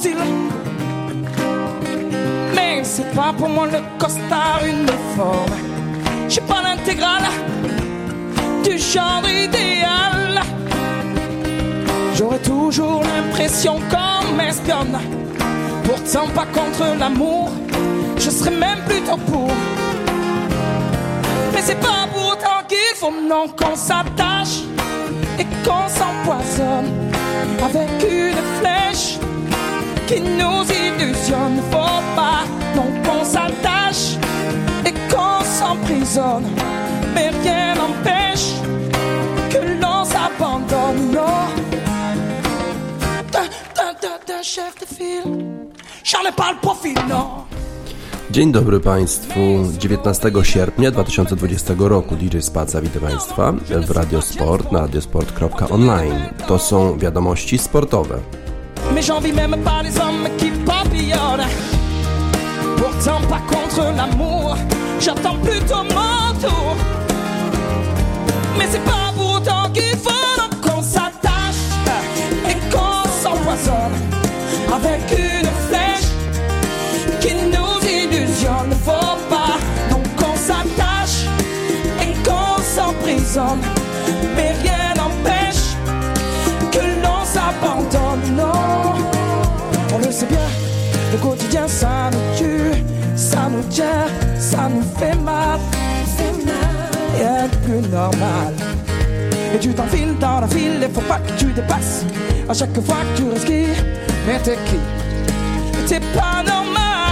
style. Mais c'est pas pour moi le costard uniforme. J'ai pas l'intégrale du genre idéal. J'aurais toujours l'impression qu'on m'espionne. Pourtant pas contre l'amour, je serais même plutôt pour. Mais c'est pas pour autant qu'il faut non qu'on s'attache et qu'on s'empoisonne avec une flèche qui nous illusionne. Faut pas non qu'on s'attache et qu'on s'emprisonne, mais rien n'empêche que l'on s'abandonne. Non, de chef de file, j'en ai pas le profil, non. Dzień dobry Państwu. 19 sierpnia 2020 roku DJ Spaca witam Państwa w Radiosport na radiosport.online. To są wiadomości sportowe. Mais j'en vis même pas les hommes qui papillonnent. Pourtant pas contre l'amour, j'attends plutôt mon tour. Mais c'est pas pour autant qu'il faut qu'on s'attache et qu'on s'empoisonne avec une flèche qui nous illusionne. Faut pas non qu'on s'attache et qu'on s'emprisonne, mais rien n'empêche que l'on s'abandonne. Non, on le sait bien, le quotidien ça nous tue, ça nous tient, ça nous fait mal. Rien de plus normal. Et tu t'enfiles dans la file, il faut pas que tu dépasses à chaque fois que tu respires. Mais t'es qui? T'es pas normal.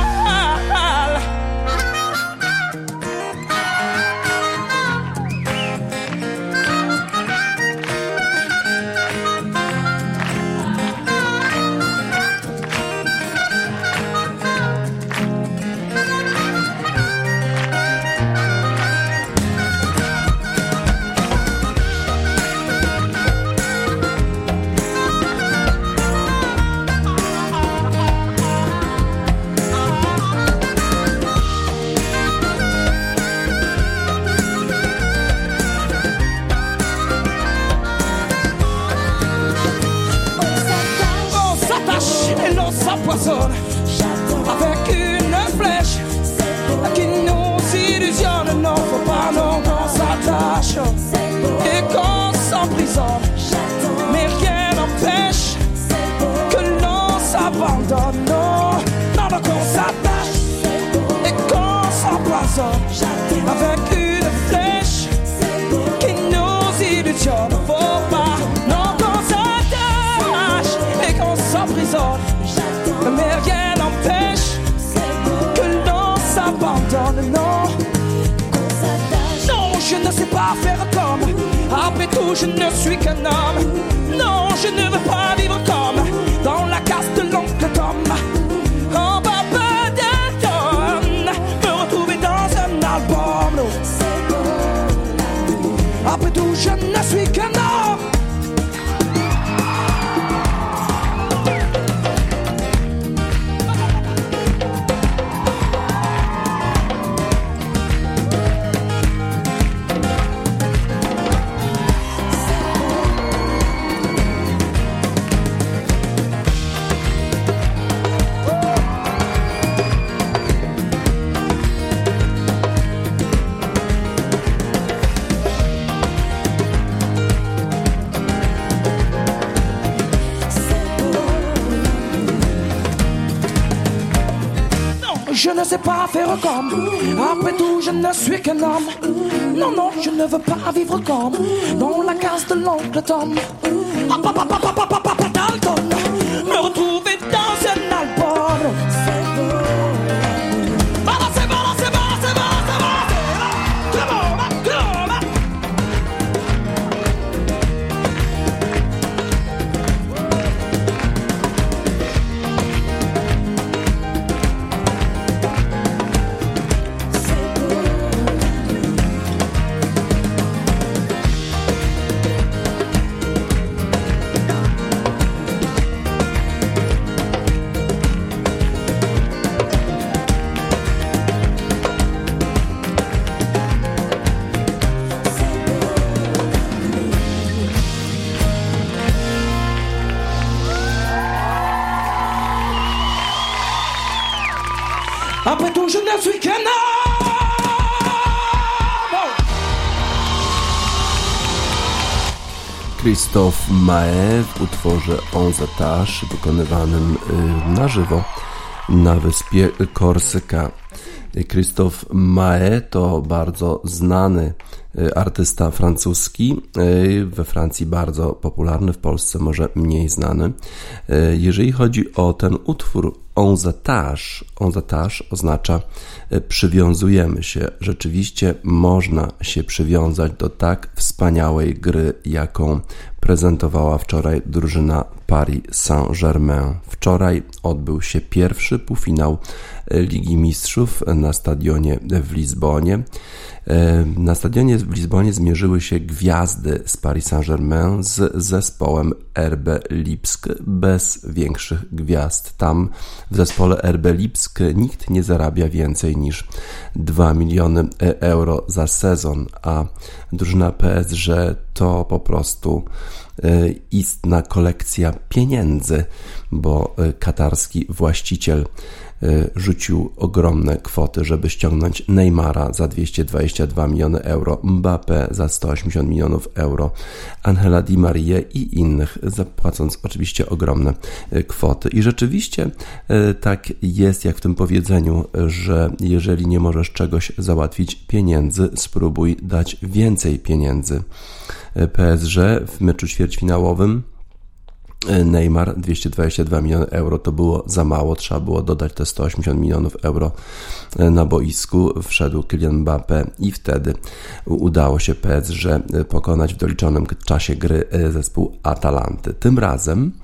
Avec une flèche qui nous illusionne. Non, faut pas non qu'on s'attache et qu'on s'emprisonne, mais rien n'empêche que l'on s'abandonne. Non, non, non, qu'on s'attache et qu'on s'empoisonne avec une flèche qui nous illusionne. Faut pas non qu'on s'attache et qu'on s'emprisonne, mais rien n'empêche que l'on s'abandonne. Non, non, je ne sais pas faire comme. Après tout, je ne suis qu'un homme. Non, je ne veux pas vivre comme dans la caste de l'oncle Tom. En papa d'Elton, me retrouver dans un album. Non. Après tout, je ne suis qu'un homme. Je ne sais pas faire comme. Après tout, je ne suis qu'un homme. Non, non, je ne veux pas vivre comme dans la case de l'oncle Tom. Papa Dalton, me retrouver dans un album. C'est bon. C'est bon, c'est bon, c'est bon, c'est bon. Christophe Mahé w utworze On the Touch wykonywanym na żywo na wyspie Korsyka. Christophe Mahé to bardzo znany artysta francuski, we Francji bardzo popularny, w Polsce może mniej znany. Jeżeli chodzi o ten utwór On the Touch oznacza przywiązujemy się. Rzeczywiście można się przywiązać do tak wspaniałej gry, jaką prezentowała wczoraj drużyna Paris Saint-Germain. Wczoraj odbył się pierwszy półfinał Ligi Mistrzów na stadionie w Lizbonie. Na stadionie w Lizbonie zmierzyły się gwiazdy z Paris Saint-Germain z zespołem RB Lipsk bez większych gwiazd. Tam w zespole RB Lipsk nikt nie zarabia więcej niż 2 miliony euro za sezon, a drużyna PSG to po prostu istna kolekcja pieniędzy, bo katarski właściciel rzucił ogromne kwoty, żeby ściągnąć Neymara za 222 miliony euro, Mbappé za 180 milionów euro, Angela Di Maria i innych, zapłacąc oczywiście ogromne kwoty. I rzeczywiście tak jest, jak w tym powiedzeniu, że jeżeli nie możesz czegoś załatwić pieniędzy, spróbuj dać więcej pieniędzy. PSG w meczu ćwierćfinałowym Neymar 222 miliony euro to było za mało, trzeba było dodać te 180 milionów euro na boisku. Wszedł Kylian Mbappé i wtedy udało się PSG pokonać w doliczonym czasie gry zespół Atalanty. Tym razem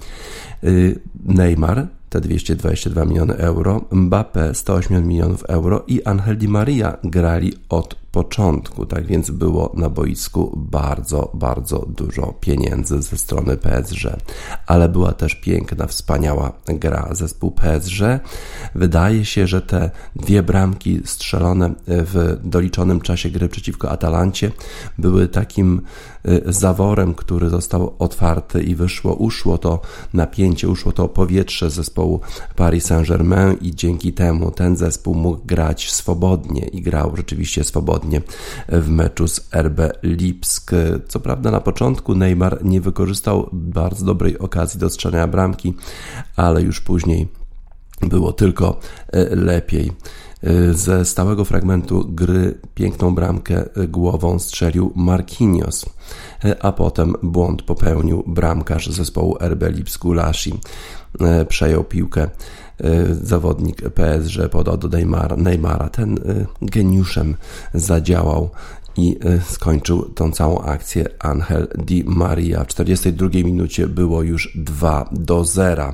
Neymar te 222 miliony euro, Mbappé 180 milionów euro i Angel Di Maria grali od początku, tak więc było na boisku bardzo, bardzo dużo pieniędzy ze strony PSG, ale była też piękna, wspaniała gra. Zespół PSG, wydaje się, że te dwie bramki strzelone w doliczonym czasie gry przeciwko Atalancie były takim zaworem, który został otwarty i uszło to napięcie, uszło to powietrze zespołu Paris Saint-Germain i dzięki temu ten zespół mógł grać swobodnie i grał rzeczywiście swobodnie w meczu z RB Lipsk. Co prawda na początku Neymar nie wykorzystał bardzo dobrej okazji do strzelania bramki, ale już później było tylko lepiej. Ze stałego fragmentu gry piękną bramkę głową strzelił Marquinhos, a potem błąd popełnił bramkarz zespołu RB Lipsku Lashi. Przejął piłkę zawodnik PSG, podał do Neymara. Ten geniuszem zadziałał i skończył tą całą akcję Angel Di Maria. W 42 minucie było już 2-0.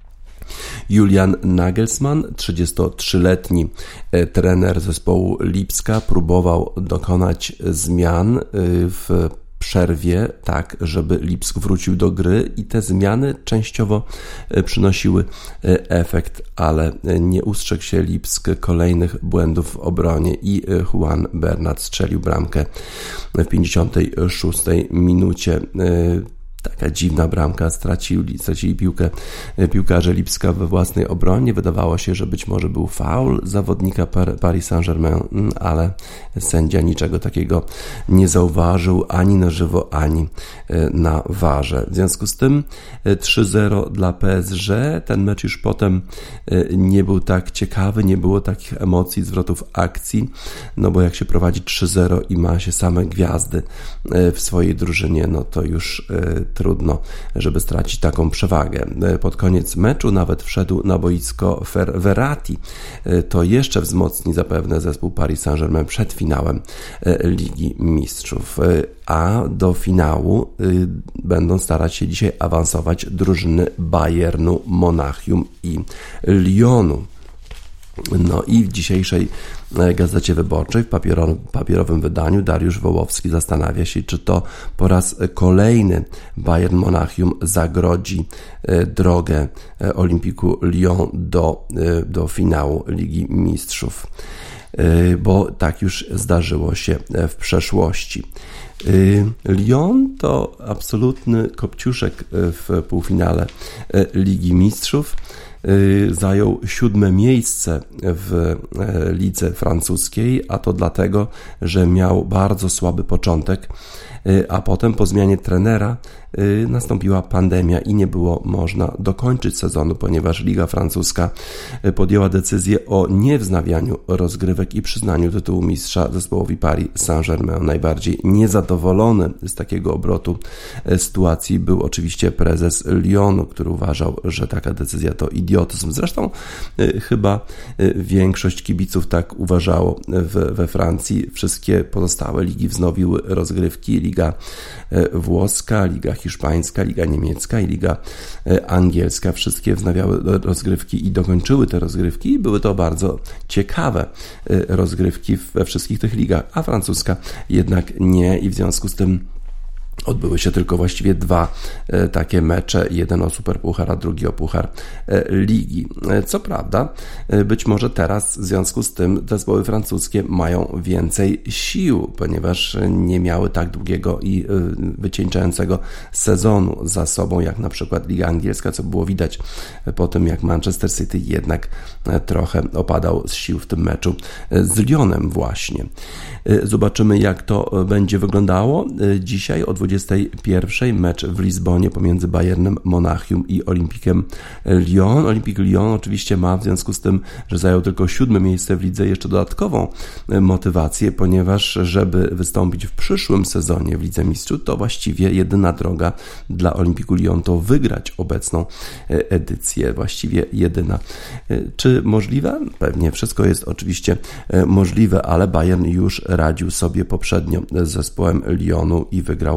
Julian Nagelsmann, 33-letni trener zespołu Lipska, próbował dokonać zmian w przerwie, tak żeby Lipsk wrócił do gry i te zmiany częściowo przynosiły efekt, ale nie ustrzegł się Lipsk kolejnych błędów w obronie i Juan Bernat strzelił bramkę w 56 minucie. Taka dziwna bramka, stracili piłkę piłkarze Lipska we własnej obronie. Wydawało się, że być może był faul zawodnika Paris Saint-Germain, ale sędzia niczego takiego nie zauważył ani na żywo, ani na warze. W związku z tym 3-0 dla PSG. Ten mecz już potem nie był tak ciekawy, nie było takich emocji, zwrotów akcji, no bo jak się prowadzi 3-0 i ma się same gwiazdy w swojej drużynie, no to już trudno, żeby stracić taką przewagę. Pod koniec meczu nawet wszedł na boisko Verratti. To jeszcze wzmocni zapewne zespół Paris Saint-Germain przed finałem Ligi Mistrzów. A do finału będą starać się dzisiaj awansować drużyny Bayernu, Monachium i Lyonu. No i w dzisiejszej Gazecie Wyborczej, w papierowym wydaniu, Dariusz Wołowski zastanawia się, czy to po raz kolejny Bayern Monachium zagrodzi drogę Olympiku Lyon do finału Ligi Mistrzów, bo tak już zdarzyło się w przeszłości. Lyon to absolutny kopciuszek w półfinale Ligi Mistrzów. Zajął 7. miejsce w lidze francuskiej, a to dlatego, że miał bardzo słaby początek, a potem po zmianie trenera nastąpiła pandemia i nie było można dokończyć sezonu, ponieważ Liga Francuska podjęła decyzję o niewznawianiu rozgrywek i przyznaniu tytułu mistrza zespołowi Paris Saint-Germain. Najbardziej niezadowolony z takiego obrotu sytuacji był oczywiście prezes Lyonu, który uważał, że taka decyzja to idiotyzm. Zresztą chyba większość kibiców tak uważało we Francji. Wszystkie pozostałe ligi wznowiły rozgrywki. Liga włoska, Liga hiszpańska, Liga niemiecka i Liga angielska. Wszystkie wznawiały rozgrywki i dokończyły te rozgrywki. Były to bardzo ciekawe rozgrywki we wszystkich tych ligach, a francuska jednak nie i w związku z tym odbyły się tylko właściwie dwa takie mecze, jeden o Superpuchar, a drugi o Puchar Ligi. Co prawda, być może teraz w związku z tym zespoły francuskie mają więcej sił, ponieważ nie miały tak długiego i wycieńczającego sezonu za sobą, jak na przykład Liga Angielska, co było widać po tym, jak Manchester City jednak trochę opadał z sił w tym meczu z Lyonem właśnie. Zobaczymy, jak to będzie wyglądało. Dzisiaj o 21 mecz w Lizbonie pomiędzy Bayernem Monachium i Olympiquem Lyon. Olympique Lyon oczywiście ma w związku z tym, że zajął tylko 7. miejsce w lidze, jeszcze dodatkową motywację, ponieważ żeby wystąpić w przyszłym sezonie w Lidze Mistrzów, to właściwie jedyna droga dla Olympique Lyon to wygrać obecną edycję, właściwie jedyna. Czy możliwe? Pewnie wszystko jest oczywiście możliwe, ale Bayern już radził sobie poprzednio z zespołem Lyonu i wygrał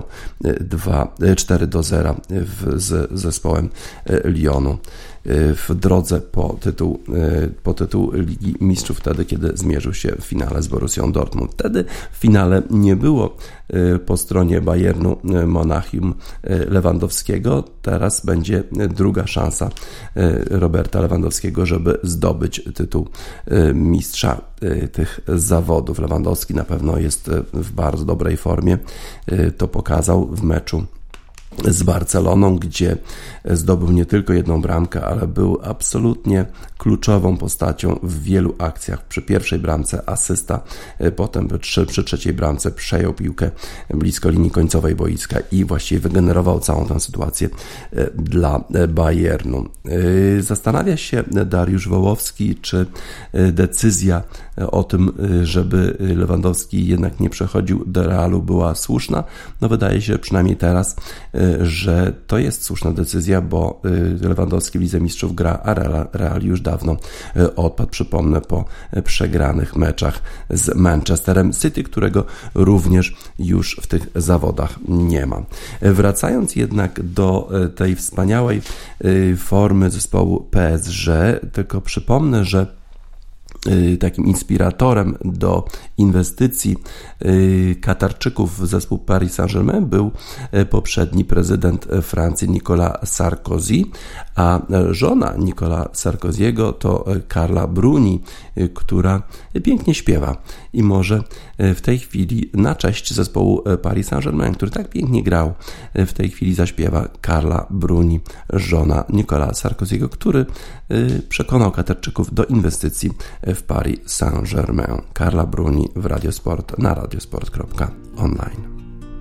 4-0 z zespołem Lyonu w drodze po tytuł Ligi Mistrzów, wtedy kiedy zmierzył się w finale z Borussią Dortmund. Wtedy w finale nie było po stronie Bayernu Monachium Lewandowskiego. Teraz będzie druga szansa Roberta Lewandowskiego, żeby zdobyć tytuł mistrza tych zawodów. Lewandowski na pewno jest w bardzo dobrej formie. To pokazał w meczu z Barceloną, gdzie zdobył nie tylko jedną bramkę, ale był absolutnie kluczową postacią w wielu akcjach. Przy pierwszej bramce asysta, potem przy trzeciej bramce przejął piłkę blisko linii końcowej boiska i właściwie wygenerował całą tę sytuację dla Bayernu. Zastanawia się Dariusz Wołowski, czy decyzja o tym, żeby Lewandowski jednak nie przechodził do Realu, była słuszna. No wydaje się przynajmniej teraz, że to jest słuszna decyzja, bo Lewandowski w Lidze Mistrzów gra, a Real już dawno odpadł, przypomnę, po przegranych meczach z Manchesterem City, którego również już w tych zawodach nie ma. Wracając jednak do tej wspaniałej formy zespołu PSG, tylko przypomnę, że takim inspiratorem do inwestycji Katarczyków w zespół Paris Saint-Germain był poprzedni prezydent Francji Nicolas Sarkozy, a żona Nicolas Sarkoziego to Carla Bruni, która pięknie śpiewa i może w tej chwili na cześć zespołu Paris Saint-Germain, który tak pięknie grał, w tej chwili zaśpiewa Carla Bruni, żona Nicolas Sarkoziego, który przekonał Katarczyków do inwestycji w Paris Saint-Germain. Carla Bruni w Radiosport na radiosport.online.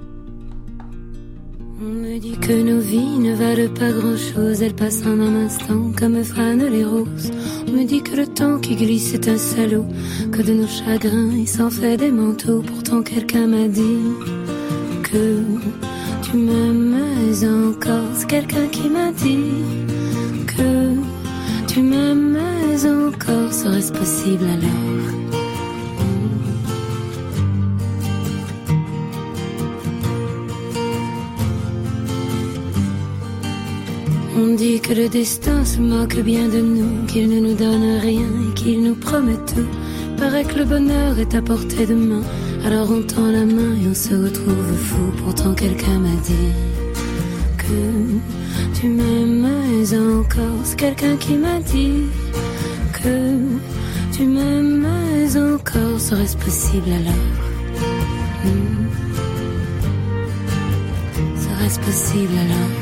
On me dit que nos vies ne valent pas grand-chose, elles passent en un instant comme fanent les roses. On me dit que le temps qui glisse est un salaud, que de nos chagrins il s'en fait des manteaux. Pourtant quelqu'un m'a dit que tu m'aimes encore. C'est quelqu'un qui m'a dit que tu m'aimes encore. Serait-ce possible alors? On dit que le destin se moque bien de nous, qu'il ne nous donne rien et qu'il nous promet tout. Paraît que le bonheur est à portée de main, alors on tend la main et on se retrouve fou. Pourtant quelqu'un m'a dit que tu m'aimes encore. C'est quelqu'un qui m'a dit que tu m'aimes encore. Serait-ce possible alors? Serait-ce possible alors?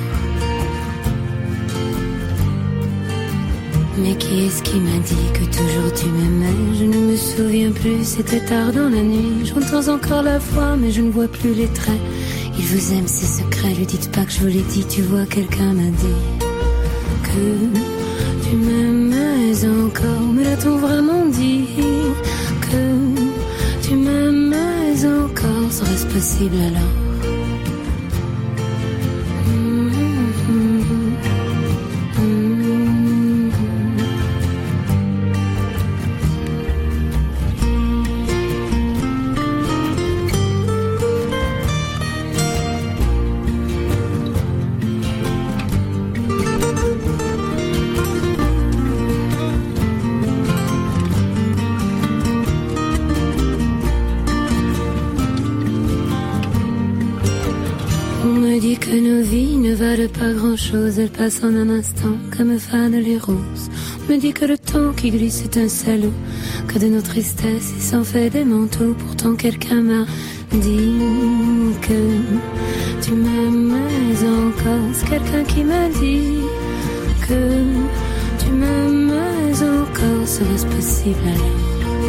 Mais qui est-ce qui m'a dit que toujours tu m'aimais? Je ne me souviens plus, c'était tard dans la nuit. J'entends encore la voix mais je ne vois plus les traits. Il vous aime, c'est secret, lui dites pas que je vous l'ai dit. Tu vois, quelqu'un m'a dit que tu m'aimais encore. Mais l'a-t-on vraiment dit que tu m'aimais encore? Serait-ce possible alors? Que nos vies ne valent pas grand-chose, elles passent en un instant comme fanent les roses. On me dit que le temps qui glisse est un salaud, que de nos tristesses il s'en fait des manteaux. Pourtant quelqu'un m'a dit que tu m'aimais encore. C'est quelqu'un qui m'a dit que tu m'aimais encore. Serait-ce possible alors?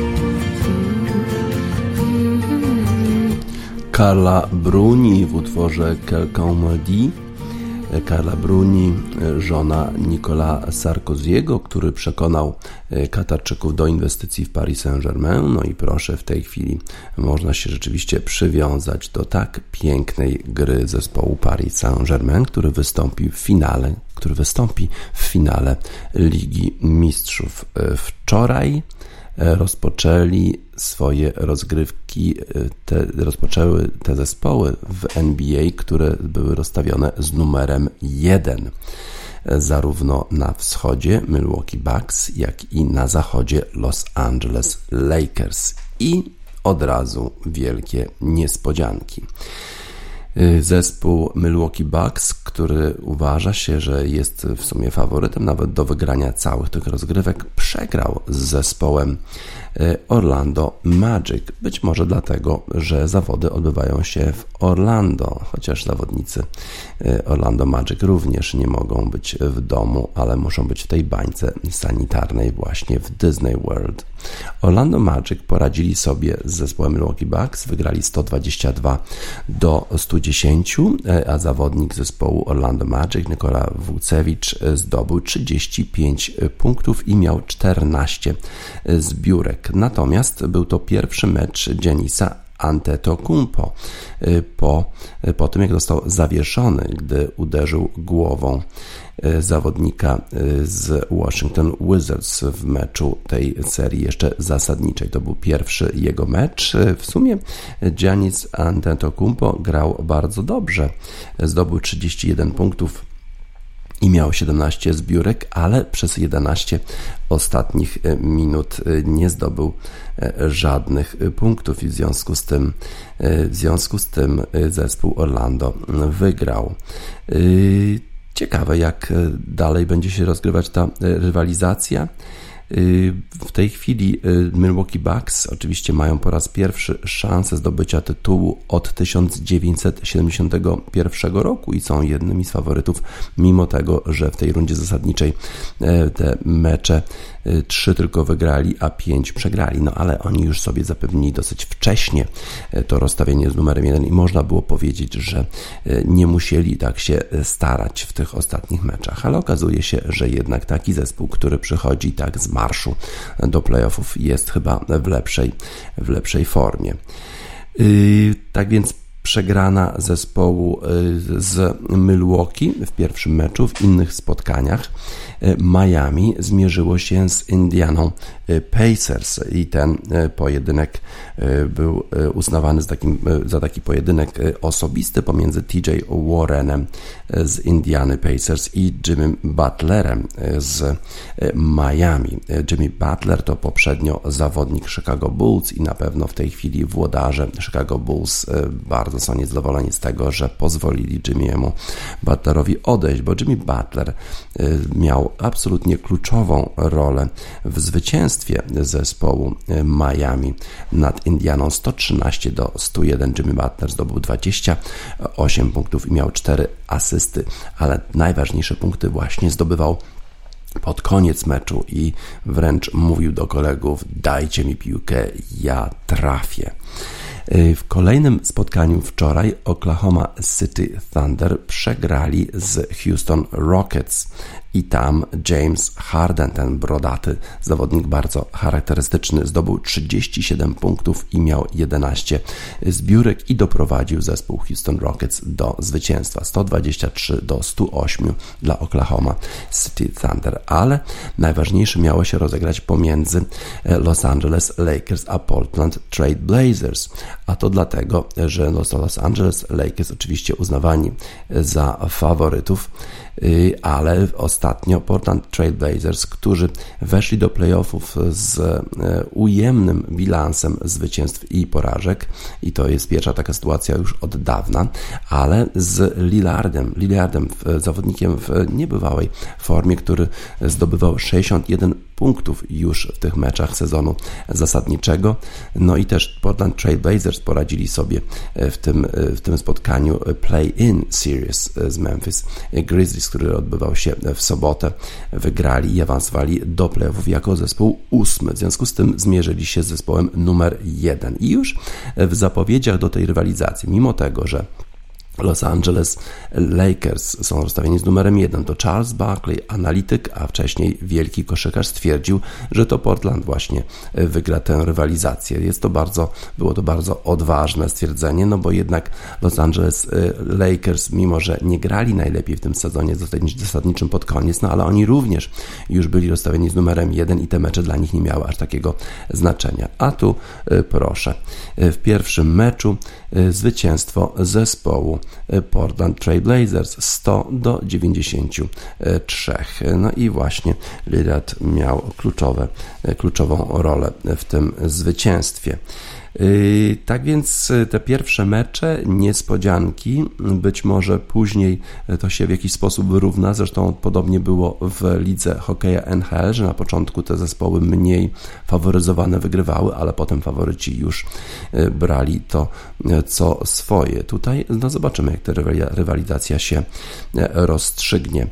Carla Bruni w utworze Quelqu'un m'a dit. Carla Bruni, żona Nicolas Sarkozy'ego, który przekonał Katarczyków do inwestycji w Paris Saint-Germain. No i proszę, w tej chwili można się rzeczywiście przywiązać do tak pięknej gry zespołu Paris Saint-Germain, który wystąpi w finale Ligi Mistrzów. Wczoraj rozpoczęły te zespoły w NBA, które były rozstawione z numerem 1. Zarówno na wschodzie Milwaukee Bucks, jak i na zachodzie Los Angeles Lakers. I od razu wielkie niespodzianki. Zespół Milwaukee Bucks, który uważa się, że jest w sumie faworytem nawet do wygrania całych tych rozgrywek, przegrał z zespołem Orlando Magic. Być może dlatego, że zawody odbywają się w Orlando, chociaż zawodnicy Orlando Magic również nie mogą być w domu, ale muszą być w tej bańce sanitarnej właśnie w Disney World. Orlando Magic poradzili sobie z zespołem Milwaukee Bucks, wygrali 120-110, a zawodnik zespołu Orlando Magic, Nikola Vucevic, zdobył 35 punktów i miał 14 zbiórek. Natomiast był to pierwszy mecz Giannisa Antetokounmpo po tym, jak został zawieszony, gdy uderzył głową zawodnika z Washington Wizards w meczu tej serii jeszcze zasadniczej. To był pierwszy jego mecz. W sumie Giannis Antetokounmpo grał bardzo dobrze. Zdobył 31 punktów i miał 17 zbiórek, ale przez 11 ostatnich minut nie zdobył żadnych punktów i w związku z tym zespół Orlando wygrał. Ciekawe, jak dalej będzie się rozgrywać ta rywalizacja. W tej chwili Milwaukee Bucks oczywiście mają po raz pierwszy szansę zdobycia tytułu od 1971 roku i są jednymi z faworytów, mimo tego, że w tej rundzie zasadniczej te mecze 3 tylko wygrali, a 5 przegrali. No ale oni już sobie zapewnili dosyć wcześnie to rozstawienie z numerem 1 i można było powiedzieć, że nie musieli tak się starać w tych ostatnich meczach. Ale okazuje się, że jednak taki zespół, który przychodzi tak z marszu do playoffów, jest chyba w lepszej formie. Tak więc przegrana zespołu z Milwaukee w pierwszym meczu. W innych spotkaniach Miami zmierzyło się z Indianą Pacers i ten pojedynek był uznawany za taki pojedynek osobisty pomiędzy TJ Warrenem z Indiany Pacers i Jimmy Butlerem z Miami. Jimmy Butler to poprzednio zawodnik Chicago Bulls i na pewno w tej chwili włodarze Chicago Bulls bardzo są niezadowoleni z tego, że pozwolili Jimmy'emu Butlerowi odejść, bo Jimmy Butler miał absolutnie kluczową rolę w zwycięstwie zespołu Miami nad Indianą 113-101. Jimmy Butler zdobył 28 punktów i miał 4 asysty, ale najważniejsze punkty właśnie zdobywał pod koniec meczu i wręcz mówił do kolegów: dajcie mi piłkę, ja trafię. W kolejnym spotkaniu wczoraj Oklahoma City Thunder przegrali z Houston Rockets i tam James Harden, ten brodaty zawodnik bardzo charakterystyczny, zdobył 37 punktów i miał 11 zbiórek i doprowadził zespół Houston Rockets do zwycięstwa 123-108 dla Oklahoma City Thunder, ale najważniejsze miało się rozegrać pomiędzy Los Angeles Lakers a Portland Trail Blazers, a to dlatego, że Los Angeles Lakers oczywiście uznawani za faworytów, ale ostatnio Portland Trail Blazers, którzy weszli do playoffów z ujemnym bilansem zwycięstw i porażek, i to jest pierwsza taka sytuacja już od dawna, ale z Lillardem, zawodnikiem w niebywałej formie, który zdobywał 61 punktów już w tych meczach sezonu zasadniczego. No i też Portland Trail Blazers poradzili sobie w tym spotkaniu Play-in Series z Memphis Grizzlies, który odbywał się w sobotę. Wygrali i awansowali do playoffów jako zespół 8. W związku z tym zmierzyli się z zespołem numer 1. I już w zapowiedziach do tej rywalizacji, mimo tego, że Los Angeles Lakers są rozstawieni z numerem 1, to Charles Barkley, analityk, a wcześniej wielki koszykarz, stwierdził, że to Portland właśnie wygra tę rywalizację. Było to bardzo odważne stwierdzenie, no bo jednak Los Angeles Lakers, mimo że nie grali najlepiej w tym sezonie zasadniczym pod koniec, no ale oni również już byli rozstawieni z numerem 1 i te mecze dla nich nie miały aż takiego znaczenia. A tu proszę, w pierwszym meczu zwycięstwo zespołu Portland Trail Blazers 100-93. No i właśnie Lillard miał kluczową rolę w tym zwycięstwie. Tak więc te pierwsze mecze, niespodzianki, być może później to się w jakiś sposób wyrówna, zresztą podobnie było w lidze hokeja NHL, że na początku te zespoły mniej faworyzowane wygrywały, ale potem faworyci już brali to co swoje. Tutaj no zobaczymy, jak ta rywalizacja się rozstrzygnie.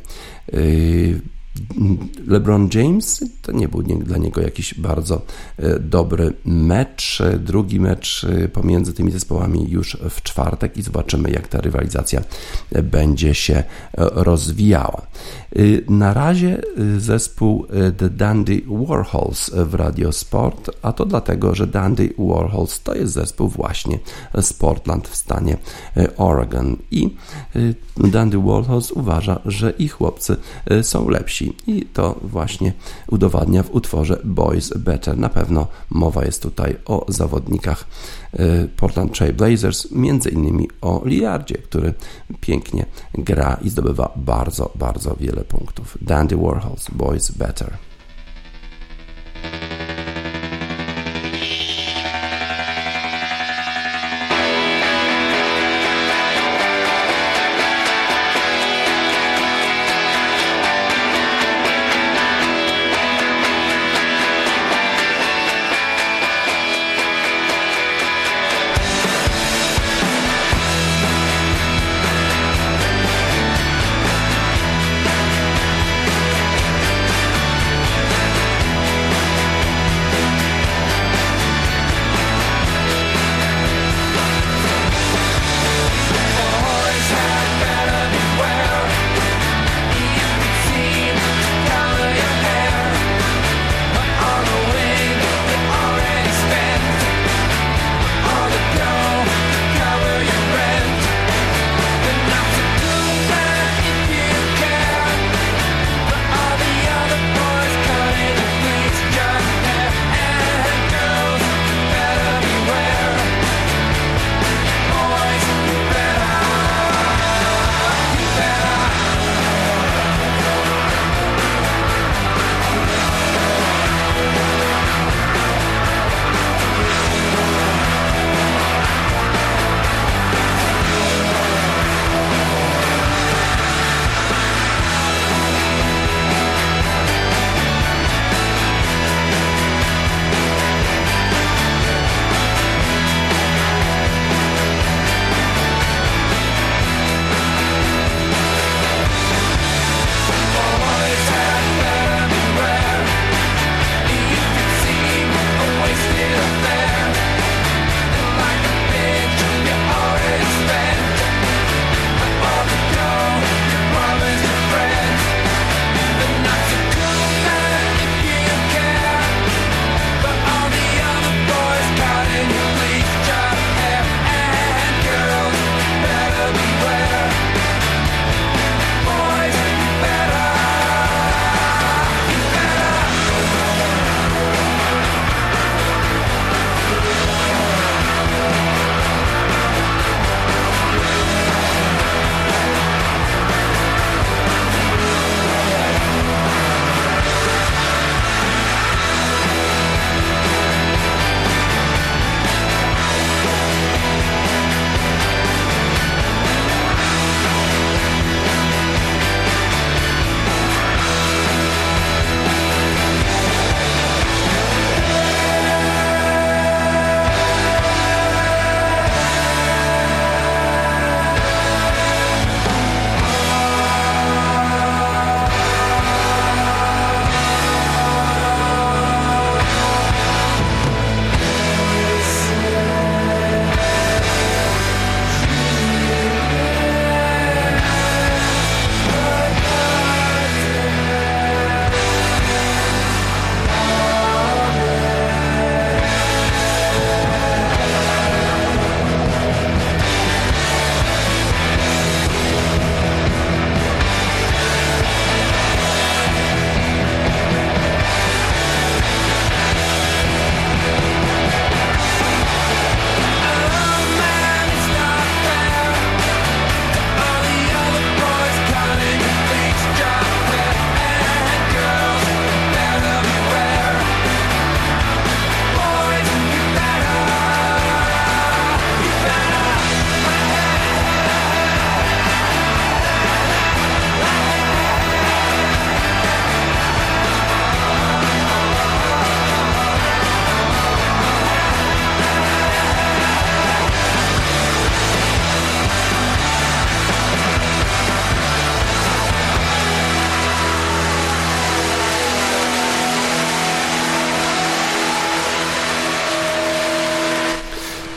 LeBron James to nie był dla niego jakiś bardzo dobry mecz. Drugi mecz pomiędzy tymi zespołami już w czwartek i zobaczymy, jak ta rywalizacja będzie się rozwijała. Na razie zespół The Dandy Warhols w Radio Sport, a to dlatego, że Dandy Warhols to jest zespół właśnie z Portland w stanie Oregon i Dandy Warhols uważa, że ich chłopcy są lepsi i to właśnie udowadnia w utworze Boys Better. Na pewno mowa jest tutaj o zawodnikach Portland Trail Blazers, między innymi o Lillardzie, który pięknie gra i zdobywa bardzo, bardzo wiele punktów. Dandy Warhols, Boys Better.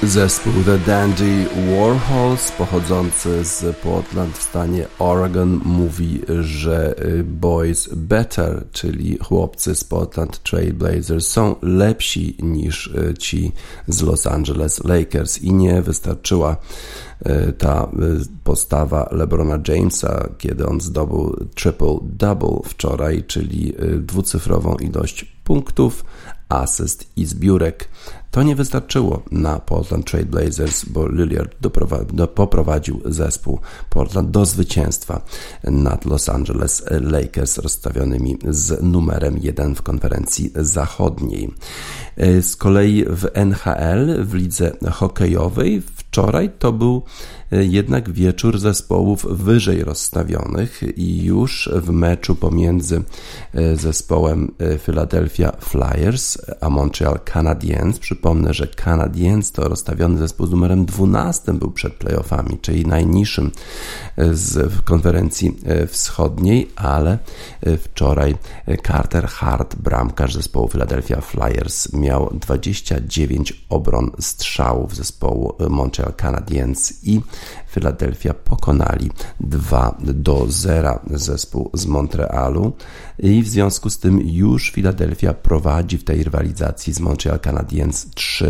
Zespół The Dandy Warhols, pochodzący z Portland w stanie Oregon, mówi, że Boys Better, czyli chłopcy z Portland Trail Blazers, są lepsi niż ci z Los Angeles Lakers i nie wystarczyła ta postawa LeBrona Jamesa, kiedy on zdobył triple-double wczoraj, czyli dwucyfrową ilość punktów, asyst i zbiórek. To nie wystarczyło na Portland Trail Blazers, bo Lillard poprowadził zespół Portland do zwycięstwa nad Los Angeles Lakers, rozstawionymi z numerem 1 w konferencji zachodniej. Z kolei w NHL, w lidze hokejowej, wczoraj to był jednak wieczór zespołów wyżej rozstawionych i już w meczu pomiędzy zespołem Philadelphia Flyers a Montreal Canadiens, przypomnę, że Canadiens to rozstawiony zespół z numerem 12 był przed playoffami, czyli najniższym w konferencji wschodniej, ale wczoraj Carter Hart, bramkarz zespołu Philadelphia Flyers, miał 29 obron strzałów zespołu Montreal Canadiens i Philadelphia pokonali 2-0 zespół z Montrealu i w związku z tym już Philadelphia prowadzi w tej rywalizacji z Montreal Canadiens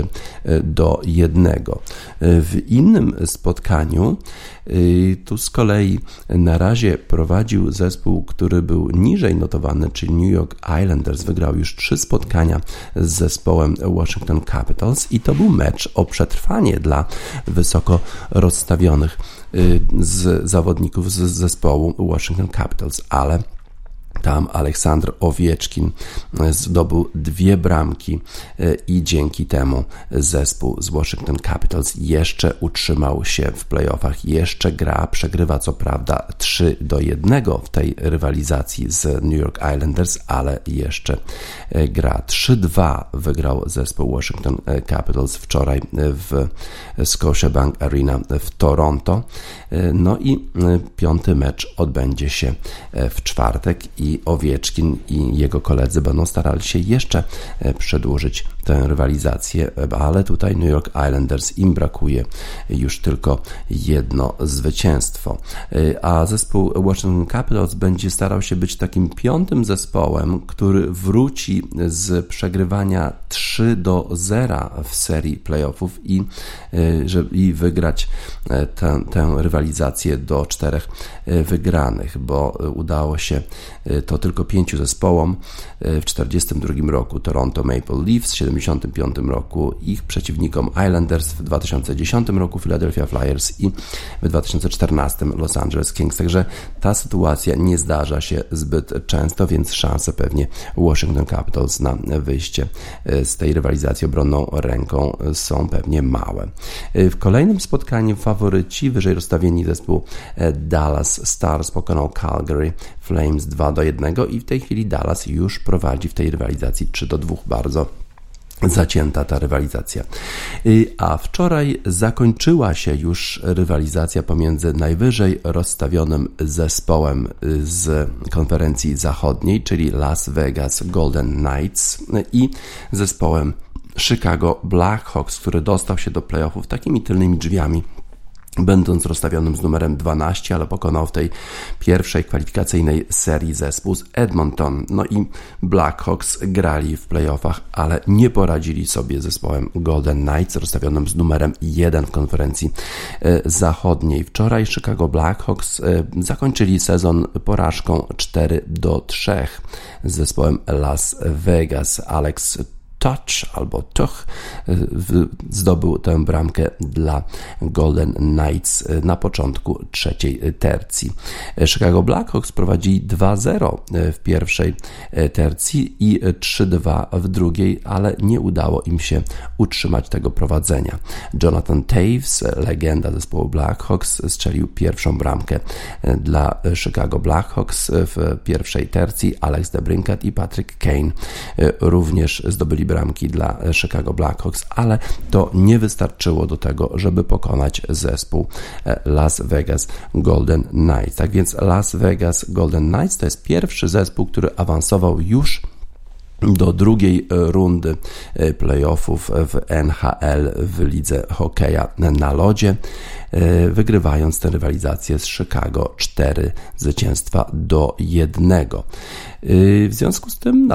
3-1. W innym spotkaniu tu z kolei na razie prowadził zespół, który był niżej notowany, czyli New York Islanders. Wygrał już 3 spotkania z zespołem Washington Capitals i to był mecz o przetrwanie dla wysoko rozstawionych z zawodników z zespołu Washington Capitals, ale tam Aleksander Owieczkin zdobył 2 bramki i dzięki temu zespół z Washington Capitals jeszcze utrzymał się w playoffach, jeszcze gra, przegrywa co prawda 3-1 w tej rywalizacji z New York Islanders, ale jeszcze gra. 3-2 wygrał zespół Washington Capitals wczoraj w Scotiabank Arena w Toronto. No i 5. mecz odbędzie się w czwartek i Owieczkin i jego koledzy będą starali się jeszcze przedłużyć tę rywalizację, ale tutaj New York Islanders im brakuje już tylko 1 zwycięstwo. A zespół Washington Capitals będzie starał się być takim 5. zespołem, który wróci z przegrywania 3-0 w serii playoffów i wygrać tę rywalizację do 4 wygranych, bo udało się to tylko 5 zespołom. W 1942 roku Toronto Maple Leafs, w 1975 roku ich przeciwnikom Islanders, w 2010 roku Philadelphia Flyers i w 2014 Los Angeles Kings. Także ta sytuacja nie zdarza się zbyt często, więc szanse pewnie Washington Capitals na wyjście z tej rywalizacji obronną ręką są pewnie małe. W kolejnym spotkaniu faworyci, wyżej rozstawieni zespół Dallas Stars pokonał Calgary Flames 2-1 i w tej chwili Dallas już prowadzi w tej rywalizacji 3-2. Bardzo zacięta ta rywalizacja. A wczoraj zakończyła się już rywalizacja pomiędzy najwyżej rozstawionym zespołem z konferencji zachodniej, czyli Las Vegas Golden Knights, i zespołem Chicago Blackhawks, który dostał się do playoffów takimi tylnymi drzwiami, będąc rozstawionym z numerem 12, ale pokonał w tej pierwszej kwalifikacyjnej serii zespół z Edmonton. No i Blackhawks grali w playoffach, ale nie poradzili sobie z zespołem Golden Knights, rozstawionym z numerem 1 w konferencji zachodniej. Wczoraj Chicago Blackhawks zakończyli sezon porażką 4-3 z zespołem Las Vegas. Alex Tuch zdobył tę bramkę dla Golden Knights na początku 3. tercji. Chicago Blackhawks prowadzili 2-0 w pierwszej tercji i 3-2 w drugiej, ale nie udało im się utrzymać tego prowadzenia. Jonathan Toews, legenda zespołu Blackhawks, strzelił pierwszą bramkę dla Chicago Blackhawks w pierwszej tercji. Alex DeBrincat i Patrick Kane również zdobyli bramki dla Chicago Blackhawks, ale to nie wystarczyło do tego, żeby pokonać zespół Las Vegas Golden Knights. Tak więc Las Vegas Golden Knights to jest pierwszy zespół, który awansował już do drugiej rundy playoffów w NHL w lidze hokeja na lodzie, wygrywając tę rywalizację z Chicago 4 zwycięstwa do 1. W związku z tym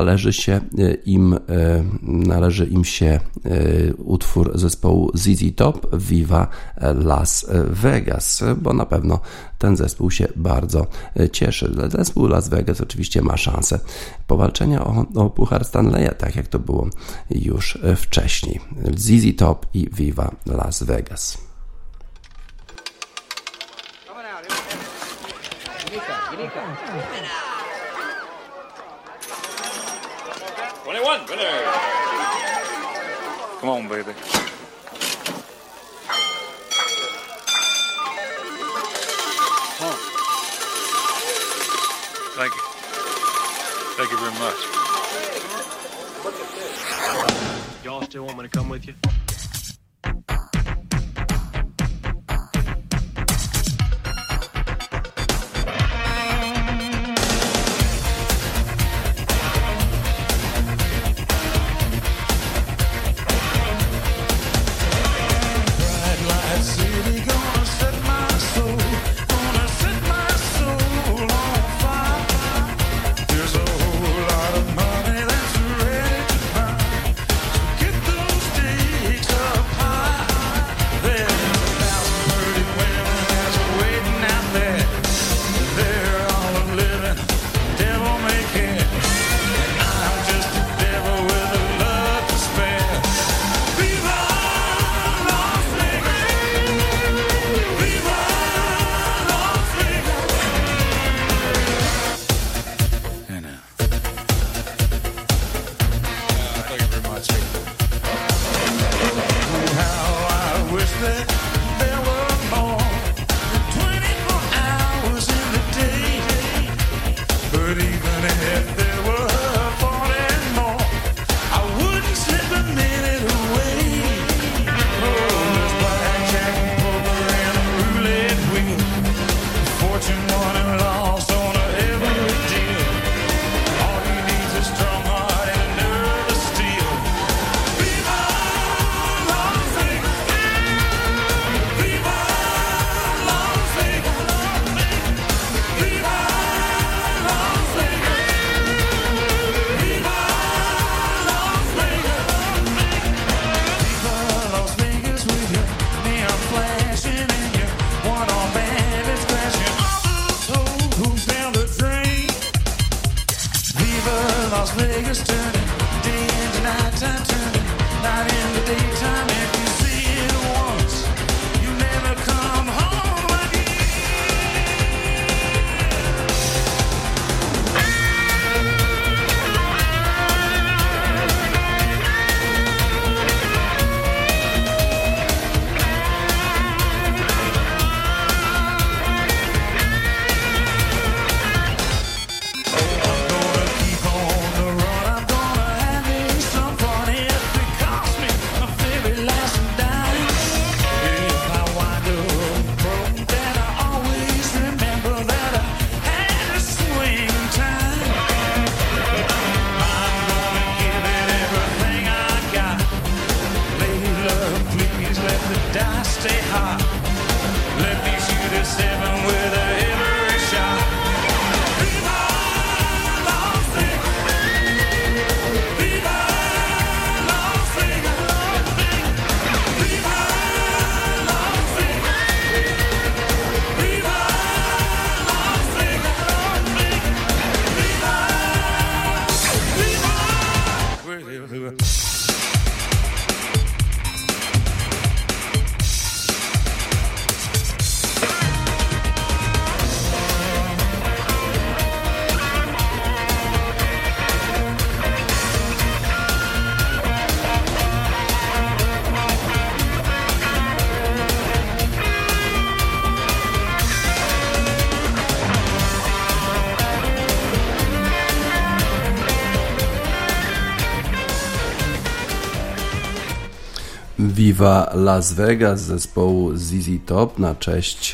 należy im się utwór zespołu ZZ Top Viva Las Vegas, bo na pewno ten zespół się bardzo cieszy. Zespół Las Vegas oczywiście ma szansę powalczenia o Puchar Stanleya, tak jak to było już wcześniej. ZZ Top i Viva Las Vegas. Come on, baby. Come on. Thank you. Thank you very much. Y'all still want me to come with you? Viva Las Vegas zespołu ZZ Top na cześć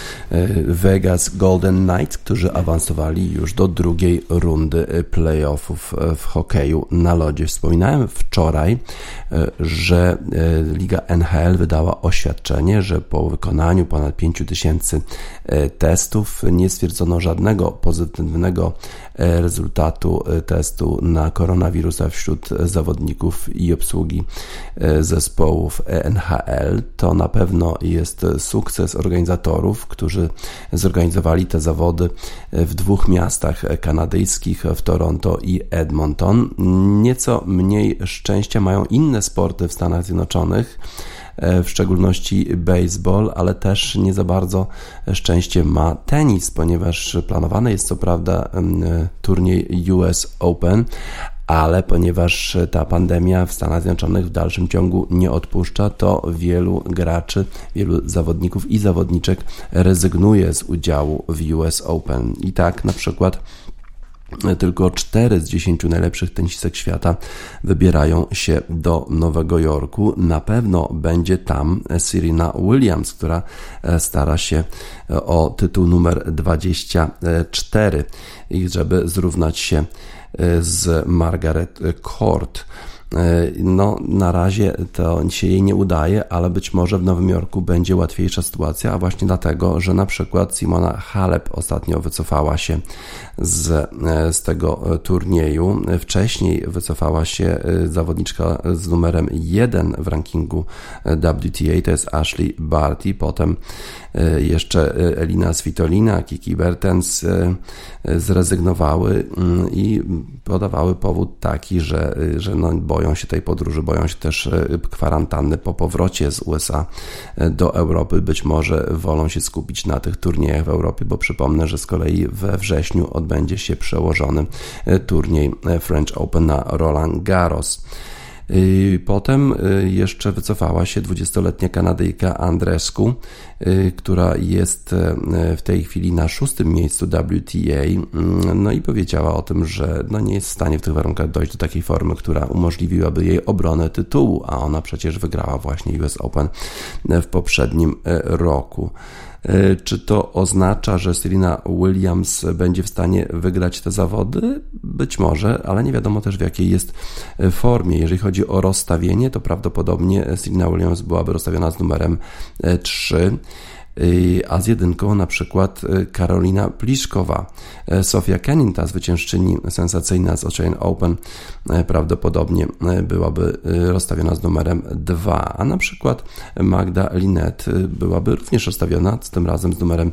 Vegas Golden Knights, którzy awansowali już do drugiej rundy playoffów w hokeju na lodzie. Wspominałem wczoraj, że Liga NHL wydała oświadczenie, że po wykonaniu ponad 5000 testów nie stwierdzono żadnego pozytywnego rezultatu testu na koronawirusa wśród zawodników i obsługi zespołów NHL. To na pewno jest sukces organizatorów, którzy zorganizowali te zawody w dwóch miastach kanadyjskich, w Toronto i Edmonton. Nieco mniej szczęścia mają inne sporty w Stanach Zjednoczonych, w szczególności baseball, ale też nie za bardzo szczęście ma tenis, ponieważ planowany jest co prawda turniej US Open, ale ponieważ ta pandemia w Stanach Zjednoczonych w dalszym ciągu nie odpuszcza, to wielu graczy, wielu zawodników i zawodniczek rezygnuje z udziału w US Open. I tak na przykład tylko 4 z 10 najlepszych tenisistek świata wybierają się do Nowego Jorku. Na pewno będzie tam Serena Williams, która stara się o tytuł numer 24 i żeby zrównać się z Margaret Court. No, na razie to się jej nie udaje, ale być może w Nowym Jorku będzie łatwiejsza sytuacja, a właśnie dlatego, że na przykład Simona Halep ostatnio wycofała się z tego turnieju. Wcześniej wycofała się zawodniczka z numerem 1 w rankingu WTA, to jest Ashley Barty, potem jeszcze Elina Svitolina, Kiki Bertens zrezygnowały i podawały powód taki, że no, boją się tej podróży, boją się też kwarantanny po powrocie z USA do Europy. Być może wolą się skupić na tych turniejach w Europie, bo przypomnę, że z kolei we wrześniu odbędzie się przełożony turniej French Open na Roland Garros. Potem jeszcze wycofała się 20-letnia Kanadyjka Andreescu, która jest w tej chwili na 6. miejscu WTA, no i powiedziała o tym, że no nie jest w stanie w tych warunkach dojść do takiej formy, która umożliwiłaby jej obronę tytułu, a ona przecież wygrała właśnie US Open w poprzednim roku. Czy to oznacza, że Serena Williams będzie w stanie wygrać te zawody? Być może, ale nie wiadomo też w jakiej jest formie. Jeżeli chodzi o rozstawienie, to prawdopodobnie Serena Williams byłaby rozstawiona z numerem 3, a z jedynką na przykład Karolina Pliszkowa. Sofia Kenin, ta zwyciężczyni sensacyjna z Australian Open, prawdopodobnie byłaby rozstawiona z numerem 2, a na przykład Magda Linette byłaby również rozstawiona, tym razem z numerem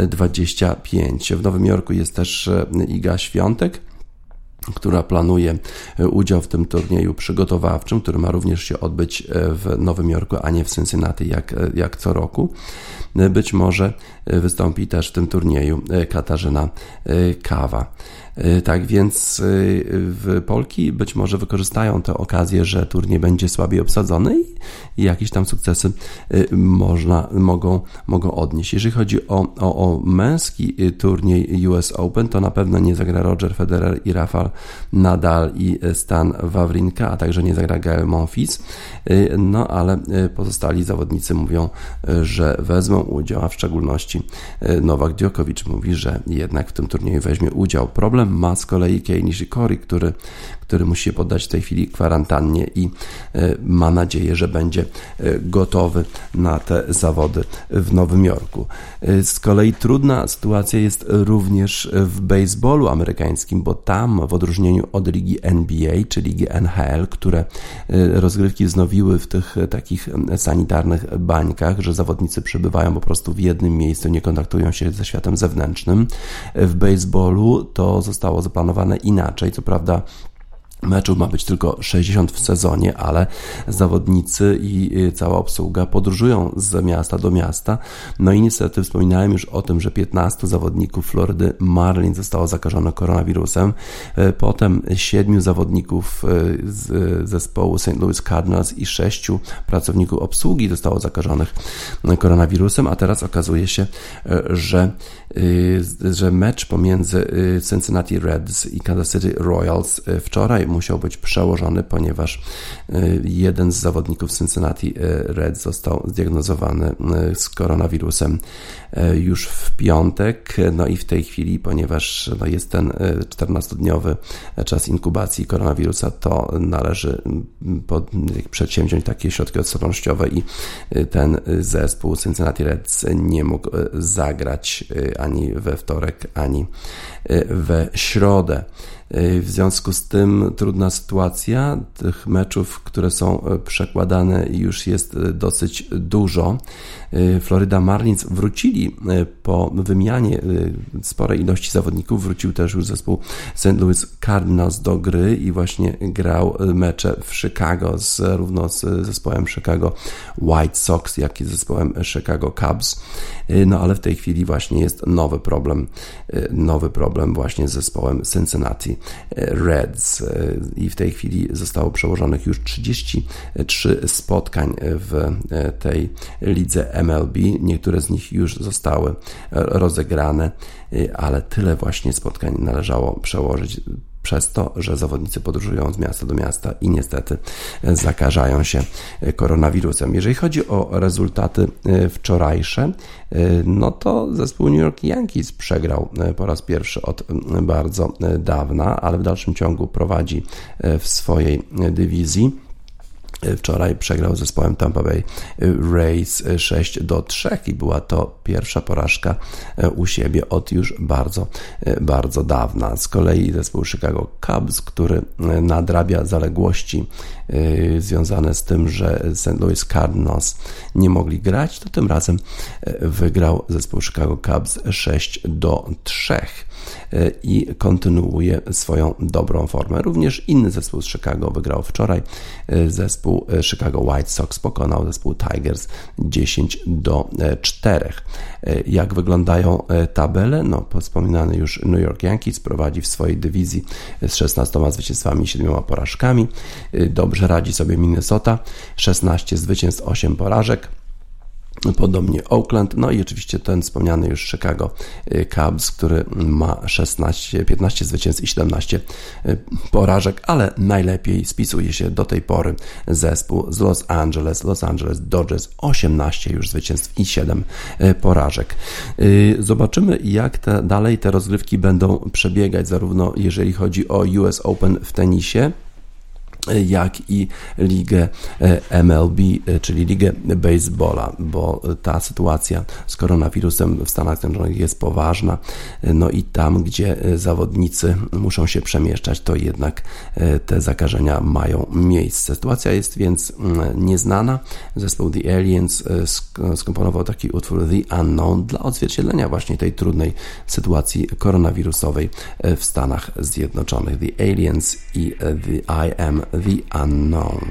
25. W Nowym Jorku jest też Iga Świątek, która planuje udział w tym turnieju przygotowawczym, który ma również się odbyć w Nowym Jorku, a nie w Cincinnati jak co roku. Być może wystąpi też w tym turnieju Katarzyna Kawa. Tak więc Polki być może wykorzystają tę okazję, że turniej będzie słabiej obsadzony i jakieś tam sukcesy mogą odnieść. Jeżeli chodzi o męski turniej US Open, to na pewno nie zagra Roger Federer i Rafael Nadal i Stan Wawrinka, a także nie zagra Gael Monfils, no ale pozostali zawodnicy mówią, że wezmą udział, a w szczególności Nowak Djokovic mówi, że jednak w tym turnieju weźmie udział. Problem ma z kolei Kei Nishikori, który musi się poddać w tej chwili kwarantannie i ma nadzieję, że będzie gotowy na te zawody w Nowym Jorku. Z kolei trudna sytuacja jest również w baseballu amerykańskim, bo tam w odróżnieniu od ligi NBA czy ligi NHL, które rozgrywki wznowiły w tych takich sanitarnych bańkach, że zawodnicy przebywają po prostu w jednym miejscu, nie kontaktują się ze światem zewnętrznym. W baseballu to zostało zaplanowane inaczej, co prawda meczów ma być tylko 60 w sezonie, ale zawodnicy i cała obsługa podróżują z miasta do miasta. No i niestety wspominałem już o tym, że 15 zawodników Florydy Marlins zostało zakażonych koronawirusem. Potem 7 zawodników z zespołu St. Louis Cardinals i 6 pracowników obsługi zostało zakażonych koronawirusem, a teraz okazuje się, że mecz pomiędzy Cincinnati Reds i Kansas City Royals wczoraj musiał być przełożony, ponieważ jeden z zawodników Cincinnati Reds został zdiagnozowany z koronawirusem już w piątek, no i w tej chwili, ponieważ jest ten 14-dniowy czas inkubacji koronawirusa, to należy przedsięwziąć takie środki odpornościowe i ten zespół Cincinnati Reds nie mógł zagrać ani we wtorek, ani we środę. W związku z tym trudna sytuacja. Tych meczów, które są przekładane, już jest dosyć dużo. Florida Marlins wrócili po wymianie sporej ilości zawodników. Wrócił też już zespół St. Louis Cardinals do gry i właśnie grał mecze w Chicago zarówno z zespołem Chicago White Sox, jak i z zespołem Chicago Cubs. No ale w tej chwili właśnie jest nowy problem właśnie z zespołem Cincinnati Reds i w tej chwili zostało przełożonych już 33 spotkań w tej lidze MLB. Niektóre z nich już zostały rozegrane, ale tyle właśnie spotkań należało przełożyć przez to, że zawodnicy podróżują z miasta do miasta i niestety zakażają się koronawirusem. Jeżeli chodzi o rezultaty wczorajsze, no to zespół New York Yankees przegrał po raz pierwszy od bardzo dawna, ale w dalszym ciągu prowadzi w swojej dywizji. Wczoraj przegrał z zespołem Tampa Bay Rays 6-3 i była to pierwsza porażka u siebie od już bardzo, bardzo dawna. Z kolei zespół Chicago Cubs, który nadrabia zaległości związane z tym, że St. Louis Cardinals nie mogli grać, to tym razem wygrał zespół Chicago Cubs 6-3 i kontynuuje swoją dobrą formę. Również inny zespół z Chicago wygrał wczoraj. Zespół Chicago White Sox pokonał zespół Tigers 10-4. Jak wyglądają tabele? No, wspominany już New York Yankees prowadzi w swojej dywizji z 16 zwycięstwami i 7 porażkami. Dobrze radzi sobie Minnesota, 16 zwycięstw, 8 porażek. Podobnie Oakland, no i oczywiście ten wspomniany już Chicago Cubs, który ma 15 zwycięstw i 17 porażek, ale najlepiej spisuje się do tej pory zespół z Los Angeles Dodgers, 18 już zwycięstw i 7 porażek. Zobaczymy, jak dalej te rozgrywki będą przebiegać, zarówno jeżeli chodzi o US Open w tenisie, jak i ligę MLB, czyli ligę baseballa, bo ta sytuacja z koronawirusem w Stanach Zjednoczonych jest poważna, no i tam, gdzie zawodnicy muszą się przemieszczać, to jednak te zakażenia mają miejsce. Sytuacja jest więc nieznana. Zespół The Aliens skomponował taki utwór The Unknown dla odzwierciedlenia właśnie tej trudnej sytuacji koronawirusowej w Stanach Zjednoczonych. The Aliens i I Am the Unknown.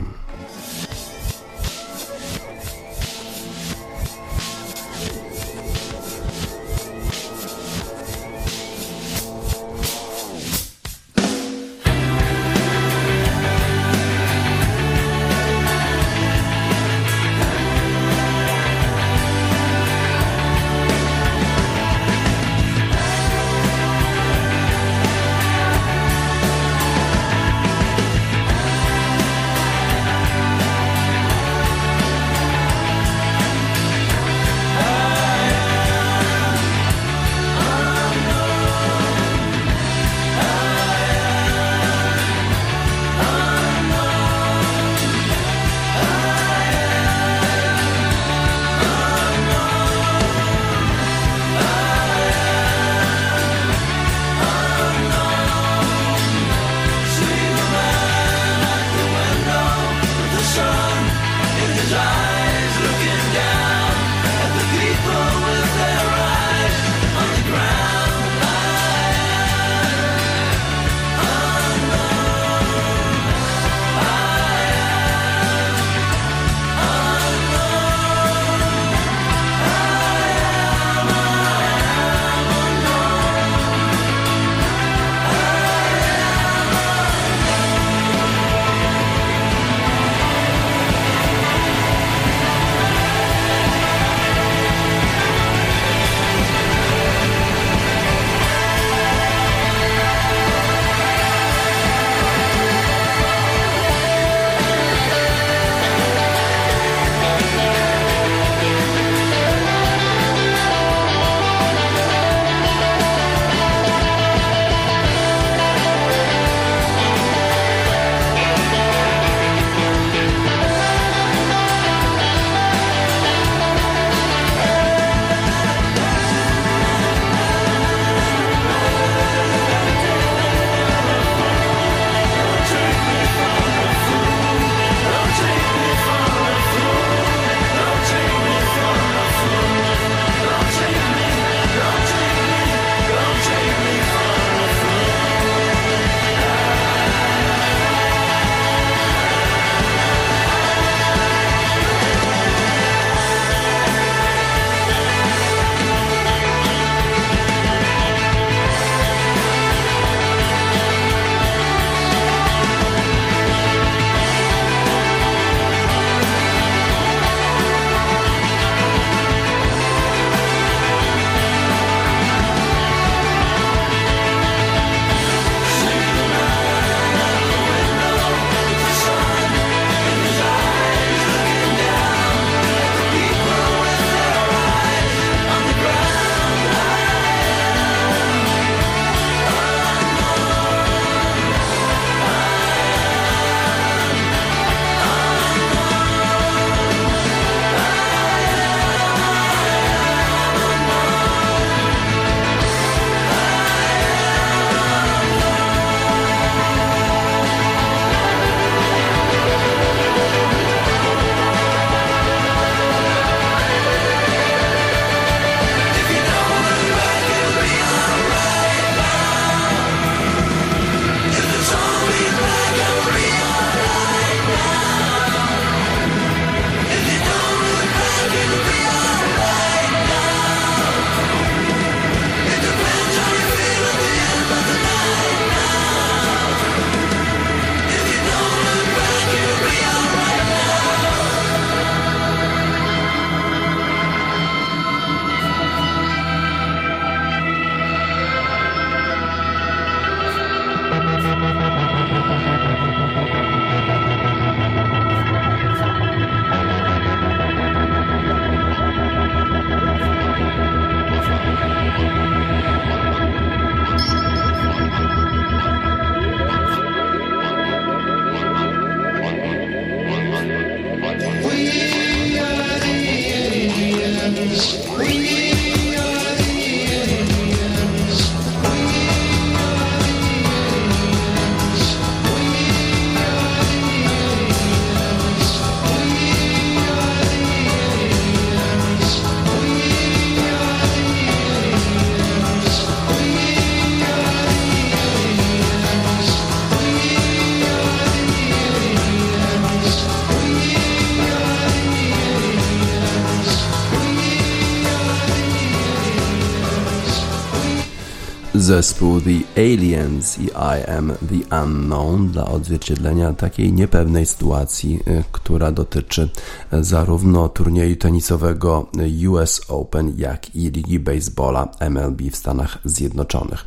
Zespół The Aliens i I Am The Unknown dla odzwierciedlenia takiej niepewnej sytuacji, która dotyczy zarówno turnieju tenisowego US Open, jak i ligi baseballa MLB w Stanach Zjednoczonych.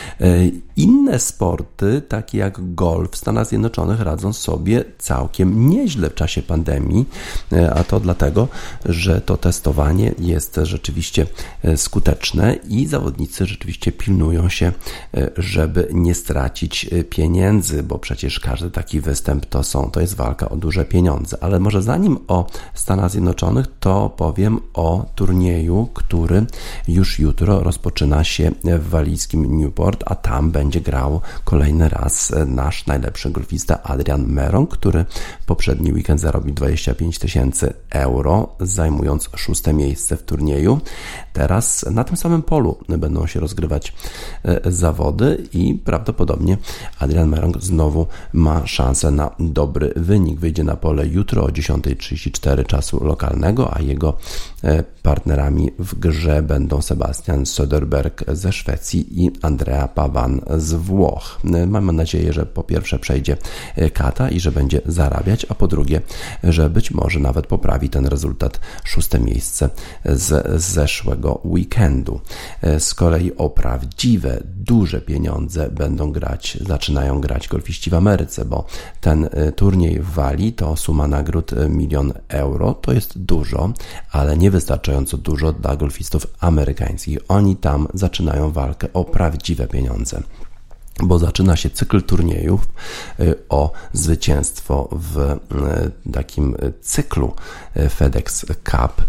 Inne sporty, takie jak golf w Stanach Zjednoczonych, radzą sobie całkiem nieźle w czasie pandemii, a to dlatego, że to testowanie jest rzeczywiście skuteczne i zawodnicy rzeczywiście pilnują się, żeby nie stracić pieniędzy, bo przecież każdy taki występ to jest walka o duże pieniądze. Ale może zanim o Stanach Zjednoczonych, to powiem o turnieju, który już jutro rozpoczyna się w walijskim Newport, a tam będzie grał kolejny raz nasz najlepszy golfista Adrian Meronk, który w poprzedni weekend zarobił 25 000 euro, zajmując 6. miejsce w turnieju. Teraz na tym samym polu będą się rozgrywać zawody i prawdopodobnie Adrian Meronk znowu ma szansę na dobry wynik. Wyjdzie na pole jutro o 10:34 czasu lokalnego, a jego partnerami w grze będą Sebastian Söderberg ze Szwecji i Andrea Pavan z Włoch. Mamy nadzieję, że po pierwsze przejdzie kata i że będzie zarabiać, a po drugie, że być może nawet poprawi ten rezultat 6. miejsce z zeszłego weekendu. Z kolei o prawdziwe, duże pieniądze zaczynają grać golfiści w Ameryce, bo ten turniej w Walii to suma nagród 1 000 000 euro. To jest dużo, ale niewystarczająco dużo dla golfistów amerykańskich. Oni tam zaczynają walkę o prawdziwe pieniądze, bo zaczyna się cykl turniejów o zwycięstwo w takim cyklu FedEx Cup,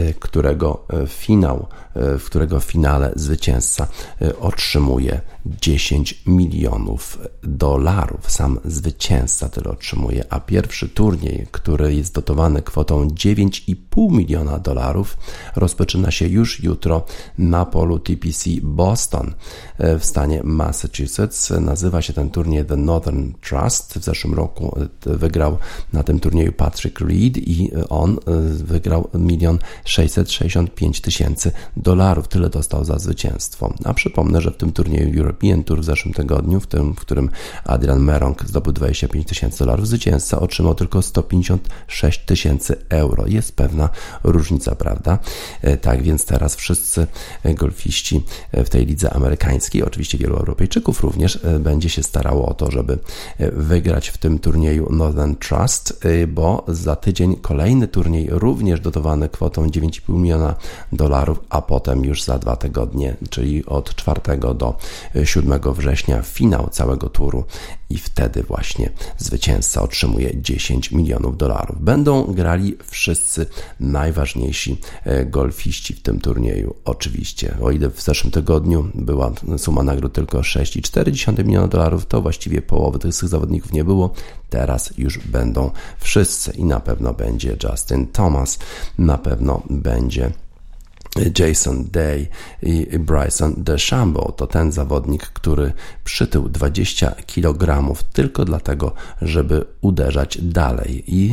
w którego finale zwycięzca otrzymuje 10 milionów dolarów. Sam zwycięzca tyle otrzymuje, a pierwszy turniej, który jest dotowany kwotą 9,5 miliona dolarów, rozpoczyna się już jutro na polu TPC Boston w stanie Massachusetts. Nazywa się ten turniej The Northern Trust. W zeszłym roku wygrał na tym turnieju Patrick Reed i on wygrał 1 665 000 dolarów. Tyle dostał za zwycięstwo. A przypomnę, że w tym turnieju European Tour w zeszłym tygodniu, w którym Adrian Meronk zdobył 25 000 dolarów, zwycięzca otrzymał tylko 156 000 euro. Jest pewna różnica, prawda? Tak więc teraz wszyscy golfiści w tej lidze amerykańskiej, oczywiście wielu Europejczyków również, będzie się starało o to, żeby wygrać w tym turnieju Northern Trust, bo za tydzień kolejny turniej, również dotowany kwotą 9,5 miliona dolarów, a potem już za 2 tygodnie, czyli od 4 do 7 września, finał całego turu i wtedy właśnie zwycięzca otrzymuje 10 milionów dolarów. Będą grali wszyscy najważniejsi golfiści w tym turnieju. Oczywiście, o ile w zeszłym tygodniu była suma nagród tylko 6,4 miliona dolarów, to właściwie połowy tych zawodników nie było. Teraz już będą wszyscy i na pewno będzie Justin Thomas, na pewno będzie Jason Day i Bryson DeChambeau. To ten zawodnik, który przytył 20 kg tylko dlatego, żeby uderzać dalej. I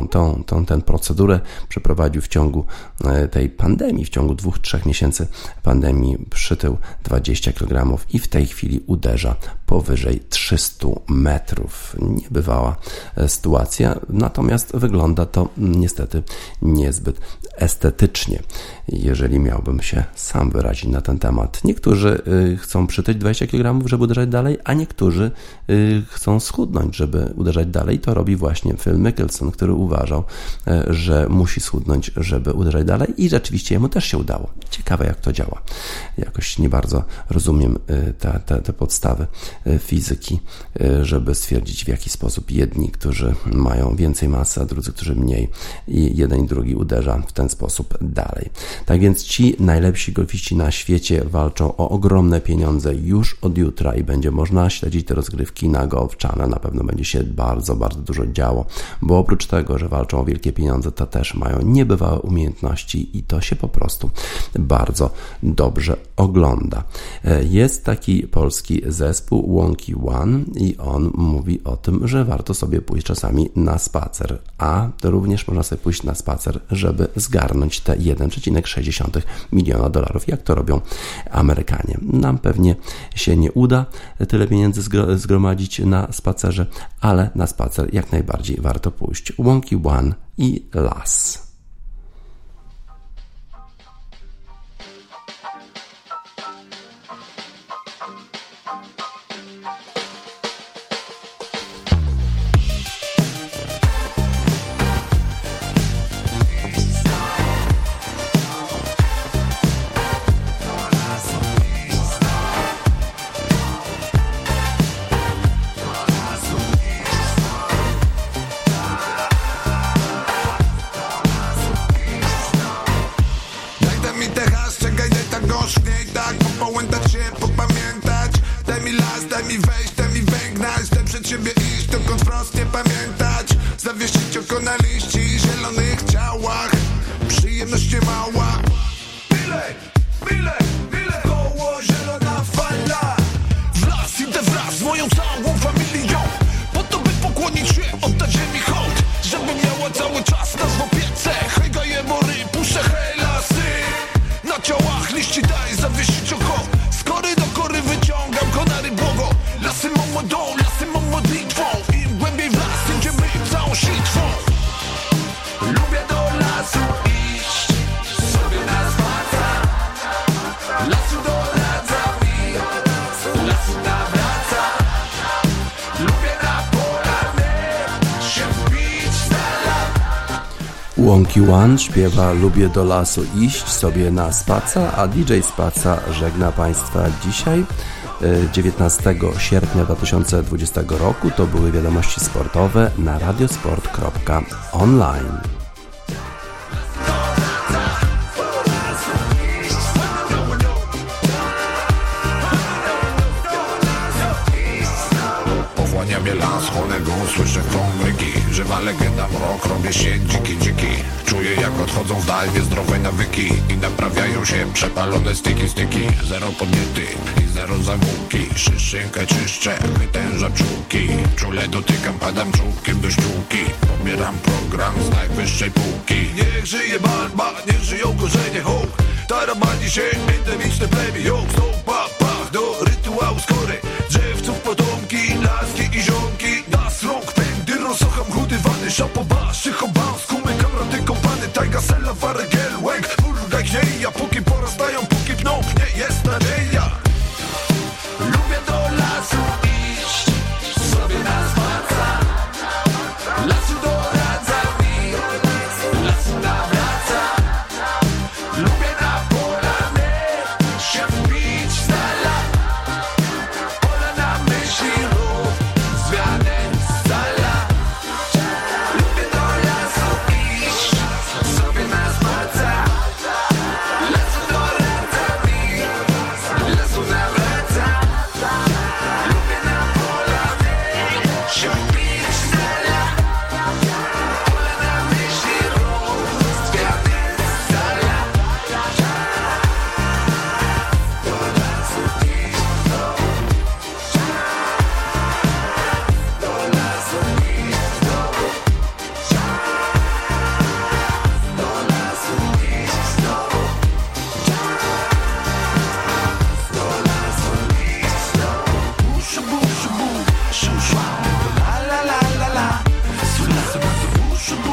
tę procedurę przeprowadził w ciągu tej pandemii, w ciągu 2-3 miesięcy pandemii przytył 20 kg i w tej chwili uderza powyżej 300 metrów. Niebywała sytuacja, natomiast wygląda to niestety niezbyt estetycznie, jeżeli miałbym się sam wyrazić na ten temat. Niektórzy chcą przytyć 20 kg, żeby uderzać dalej, a niektórzy chcą schudnąć, żeby uderzać dalej. To robi właśnie Phil Mickelson, który uważał, że musi schudnąć, żeby uderzać dalej i rzeczywiście jemu też się udało. Ciekawe, jak to działa. Jakoś nie bardzo rozumiem te podstawy fizyki, żeby stwierdzić, w jaki sposób jedni, którzy mają więcej masy, a drudzy, którzy mniej, i jeden i drugi uderza w ten sposób dalej. Tak więc ci najlepsi golfiści na świecie walczą o ogromne pieniądze już od jutra i będzie można śledzić te rozgrywki na Golf Channel. Na pewno będzie się bardzo, bardzo dużo działo, bo oprócz tego, że walczą o wielkie pieniądze, to też mają niebywałe umiejętności i to się po prostu bardzo dobrze ogląda. Jest taki polski zespół Wonky One i on mówi o tym, że warto sobie pójść czasami na spacer, a również można sobie pójść na spacer, żeby zgarnąć te $1,6 miliona, jak to robią Amerykanie. Nam pewnie się nie uda tyle pieniędzy zgromadzić na spacerze, ale na spacer jak najbardziej warto pójść. Wonky One i Las. Zawiesić oko na liści zielonych ciałach. Przyjemność nie mała. Byle koło zielona fala. W las idę wraz z moją całą familią, po to by pokłonić się, oddać ziemi hołd, żeby miała cały czas nas w opiece. Hej gaje mory, puszczę hej lasy. Na ciałach liści daj zawiesić oko. Z kory do kory wyciągam konary błogo. Lasy mą modą, lasy mą modlitwą. Im głębiej w las idziemy całą sitwą. Lubię do lasu iść, sobie na spacer. Lasu doradza mi, lasu nawraca. Lubię na poranę się wbić z dala. Wonky One śpiewa Lubię do lasu iść, sobie na spaca, a DJ Spaca żegna Państwa dzisiaj, 19 sierpnia 2020 roku. To były wiadomości sportowe na radiosport.online. Pochłania mnie las, cholerą słyszę krągryki. Żywa legenda, mrok, robię się dziki. Czuję jak odchodzą w dal niezdrowe nawyki i naprawiają się przepalone styki. Zero podniety i zero zamółki. Szyszynkę czyszczę, wytężam czułki. Czule dotykam, padam czółkiem do ściółki. Pobieram program z najwyższej półki. Niech żyje barba, niech żyją korzenie hołd. Tarabani się endemiczne plemię jąk. Pach do rytuału skory. Drzewców potomki, laski i ziomki. Das rąk pędy, rosocham chudywany. Szapoba, szychoba, skumy, kamraty, kompany. Tajga, sela, waregel, łęk. Urgaj, kniej, a póki porastają